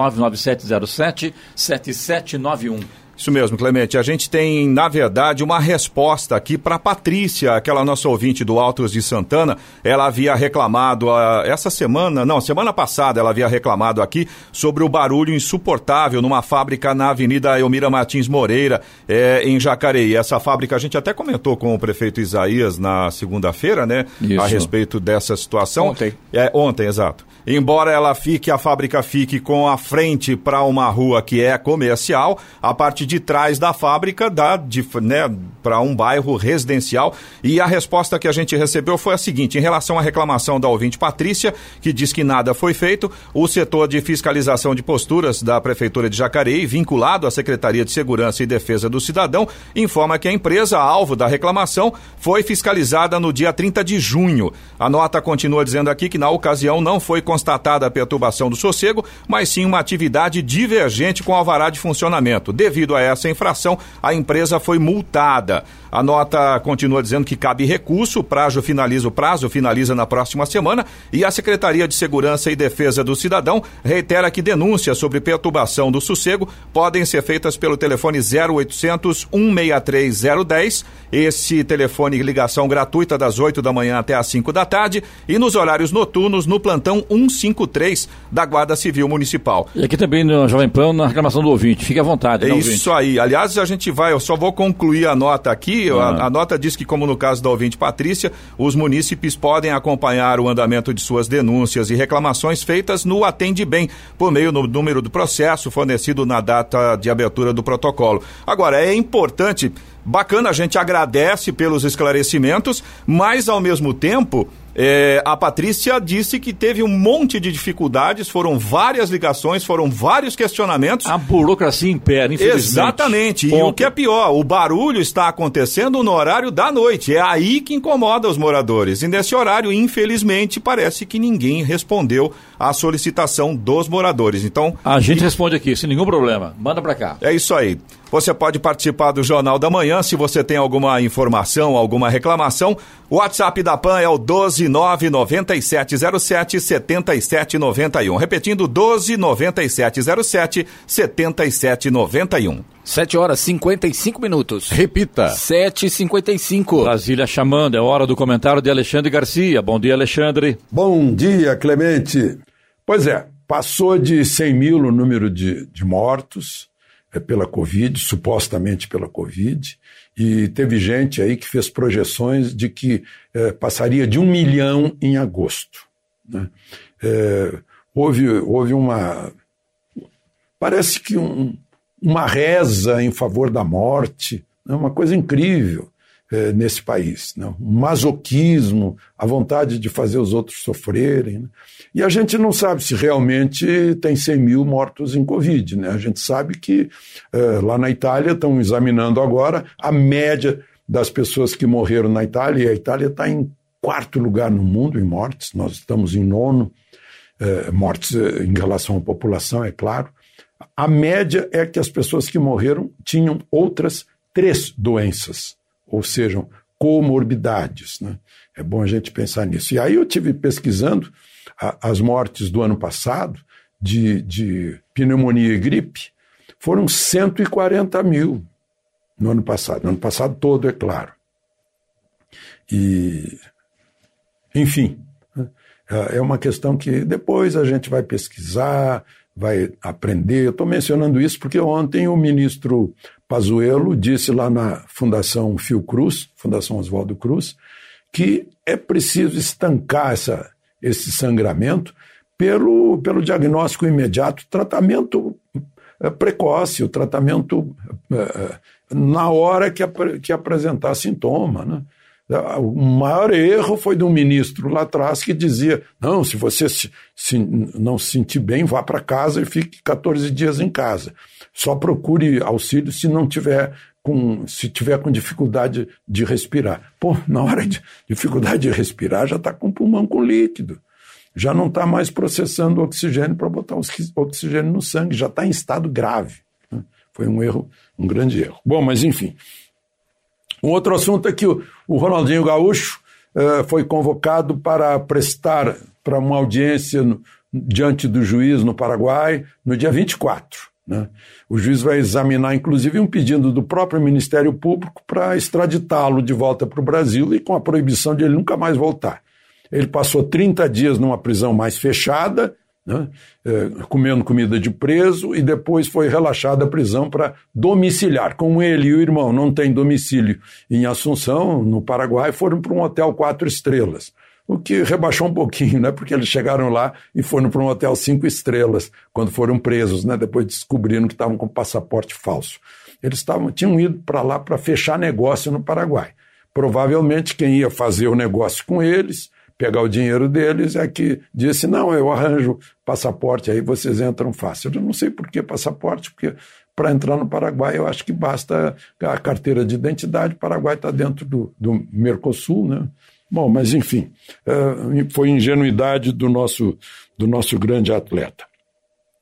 99707-7791. Isso mesmo, Clemente. A gente tem, na verdade, uma resposta aqui para a Patrícia, aquela nossa ouvinte do Altos de Santana. Ela havia reclamado semana passada, ela havia reclamado aqui sobre o barulho insuportável numa fábrica na Avenida Elmira Martins Moreira, em Jacareí. Essa fábrica, a gente até comentou com o prefeito Isaías na segunda-feira, né? Isso. A respeito dessa situação. Ontem. Ontem, exato. Embora a fábrica fique com a frente para uma rua que é comercial, a parte de trás da fábrica dá para um bairro residencial. E a resposta que a gente recebeu foi a seguinte: em relação à reclamação da ouvinte Patrícia, que diz que nada foi feito, o setor de fiscalização de posturas da Prefeitura de Jacareí, vinculado à Secretaria de Segurança e Defesa do Cidadão, informa que a empresa, alvo da reclamação, foi fiscalizada no dia 30 de junho. A nota continua dizendo aqui que na ocasião não foi constatada a perturbação do sossego, mas sim uma atividade divergente com o alvará de funcionamento. Devido a essa infração, a empresa foi multada. A nota continua dizendo que cabe recurso, o prazo finaliza na próxima semana, e a Secretaria de Segurança e Defesa do Cidadão reitera que denúncias sobre perturbação do sossego podem ser feitas pelo telefone 0800 163 010, esse telefone ligação gratuita das 8 da manhã até às 5 da tarde, e nos horários noturnos no plantão 153 da Guarda Civil Municipal. E aqui também no Jovem Pan, na reclamação do ouvinte, fique à vontade. É isso aí, aliás, eu só vou concluir a nota aqui, a nota diz que, como no caso da ouvinte Patrícia, os munícipes podem acompanhar o andamento de suas denúncias e reclamações feitas no Atende Bem, por meio do número do processo fornecido na data de abertura do protocolo. Agora, é importante, bacana, a gente agradece pelos esclarecimentos, mas ao mesmo tempo, a Patrícia disse que teve um monte de dificuldades, foram várias ligações, foram vários questionamentos. A burocracia impera, infelizmente. Exatamente, e o que é pior, o barulho está acontecendo no horário da noite, é aí que incomoda os moradores, e nesse horário, infelizmente, parece que ninguém respondeu à solicitação dos moradores. Então, a gente responde aqui, sem nenhum problema, manda pra cá. É isso aí. Você pode participar do Jornal da Manhã, se você tem alguma informação, alguma reclamação. O WhatsApp da PAN é o 12997077791. Repetindo, 12997077791. 7h55. Repita. 7h55. Brasília chamando, é hora do comentário de Alexandre Garcia. Bom dia, Alexandre. Bom dia, Clemente. Pois é, passou de 100 mil o número de mortos pela Covid, supostamente pela Covid, e teve gente aí que fez projeções de que passaria de 1 milhão em agosto, né? Houve uma... parece que uma reza em favor da morte, né? Uma coisa incrível nesse país, né? Um masoquismo, a vontade de fazer os outros sofrerem, né? E a gente não sabe se realmente tem 100 mil mortos em Covid, né? A gente sabe que lá na Itália estão examinando agora a média das pessoas que morreram na Itália, e a Itália está em 4º lugar no mundo em mortes, nós estamos em 9º, mortes em relação à população, é claro. A média é que as pessoas que morreram tinham outras 3 doenças, ou seja, comorbidades, né? É bom a gente pensar nisso. E aí eu estive pesquisando as mortes do ano passado de pneumonia e gripe, foram 140 mil no ano passado todo, é claro. E, enfim, é uma questão que depois a gente vai pesquisar, vai aprender. Eu estou mencionando isso porque ontem o ministro Pazuello disse lá na Fundação Fiocruz, Fundação Oswaldo Cruz, que é preciso estancar esse sangramento pelo diagnóstico imediato, tratamento precoce, o tratamento na hora que apresentar sintoma, né? O maior erro foi de um ministro lá atrás que dizia, não, se você não se sentir bem, vá para casa e fique 14 dias em casa. Só procure auxílio se tiver com dificuldade de respirar. Pô, na hora de dificuldade de respirar, já está com o pulmão com líquido. Já não está mais processando oxigênio para botar oxigênio no sangue, já está em estado grave. Foi um erro, um grande erro. Bom, mas enfim. Um outro assunto é que o Ronaldinho Gaúcho foi convocado para prestar para uma audiência diante do juiz no Paraguai no dia 24. Né? O juiz vai examinar, inclusive, um pedido do próprio Ministério Público para extraditá-lo de volta para o Brasil e com a proibição de ele nunca mais voltar. Ele passou 30 dias numa prisão mais fechada, né? Comendo comida de preso, e depois foi relaxada a prisão para domiciliar. Como ele e o irmão não têm domicílio em Assunção, no Paraguai, foram para um hotel 4 estrelas. O que rebaixou um pouquinho, né? Porque eles chegaram lá e foram para um hotel 5 estrelas quando foram presos, né? Depois descobriram que estavam com passaporte falso. Eles tinham ido para lá para fechar negócio no Paraguai. Provavelmente quem ia fazer o negócio com eles, pegar o dinheiro deles, é que disse, não, eu arranjo passaporte, aí vocês entram fácil. Eu não sei por que passaporte, porque para entrar no Paraguai eu acho que basta a carteira de identidade. O Paraguai está dentro do Mercosul, né? Bom, mas enfim, foi ingenuidade do nosso grande atleta.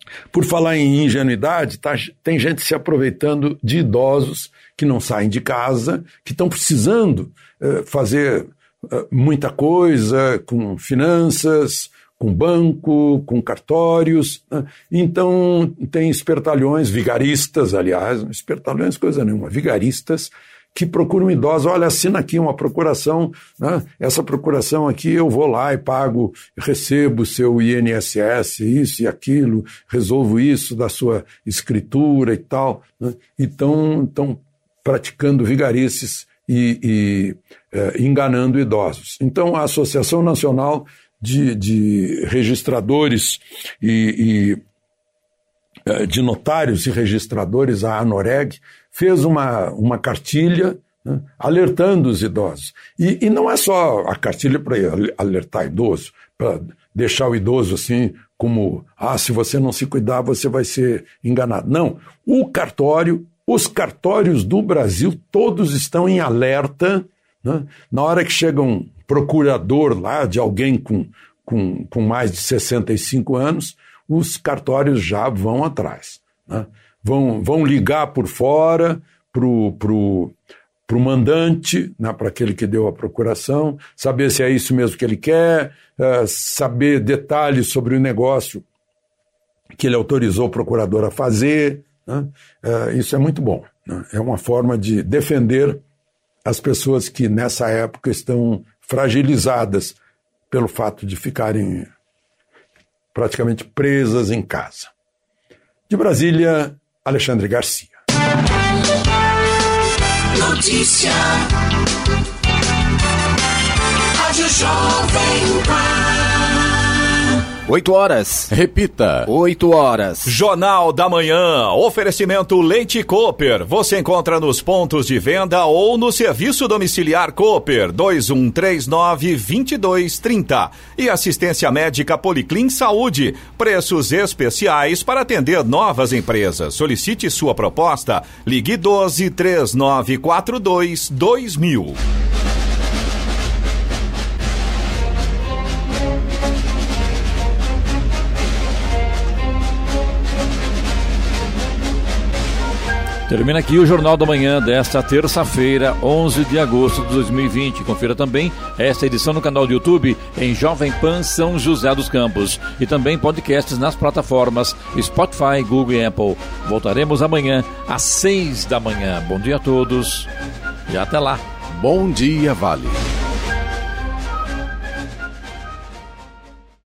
Por falar em ingenuidade, tem gente se aproveitando de idosos que não saem de casa, que estão precisando fazer muita coisa com finanças, com banco, com cartórios. Então, tem espertalhões, vigaristas, aliás, espertalhões coisa nenhuma, vigaristas, que procuram idosos. Olha, assina aqui uma procuração, né? Essa procuração aqui eu vou lá e pago, recebo seu INSS, isso e aquilo, resolvo isso da sua escritura e tal, né? Então, estão praticando vigarices e enganando idosos. Então, a Associação Nacional de Registradores e de Notários e Registradores, a ANOREG, fez uma cartilha, né, alertando os idosos. E não é só a cartilha para alertar idoso, para deixar o idoso assim como, se você não se cuidar, você vai ser enganado. Não, os cartórios do Brasil todos estão em alerta, né? Na hora que chega um procurador lá de alguém com mais de 65 anos, os cartórios já vão atrás, né? Vão ligar por fora pro mandante, né, para aquele que deu a procuração, saber se é isso mesmo que ele quer, saber detalhes sobre o negócio que ele autorizou o procurador a fazer, né? Isso é muito bom, né? É uma forma de defender as pessoas que nessa época estão fragilizadas pelo fato de ficarem praticamente presas em casa. De Brasília, Alexandre Garcia. Notícia. Rádio Jovem Pan. 8 horas. Repita. 8 horas. Jornal da Manhã. Oferecimento Leite Cooper. Você encontra nos pontos de venda ou no serviço domiciliar Cooper 2139-2230. E assistência médica Policlin Saúde. Preços especiais para atender novas empresas. Solicite sua proposta. Ligue 12-3942-2000. Termina aqui o Jornal da Manhã desta terça-feira, 11 de agosto de 2020. Confira também esta edição no canal do YouTube em Jovem Pan São José dos Campos. E também podcasts nas plataformas Spotify, Google e Apple. Voltaremos amanhã às 6 da manhã. Bom dia a todos e até lá. Bom dia, Vale.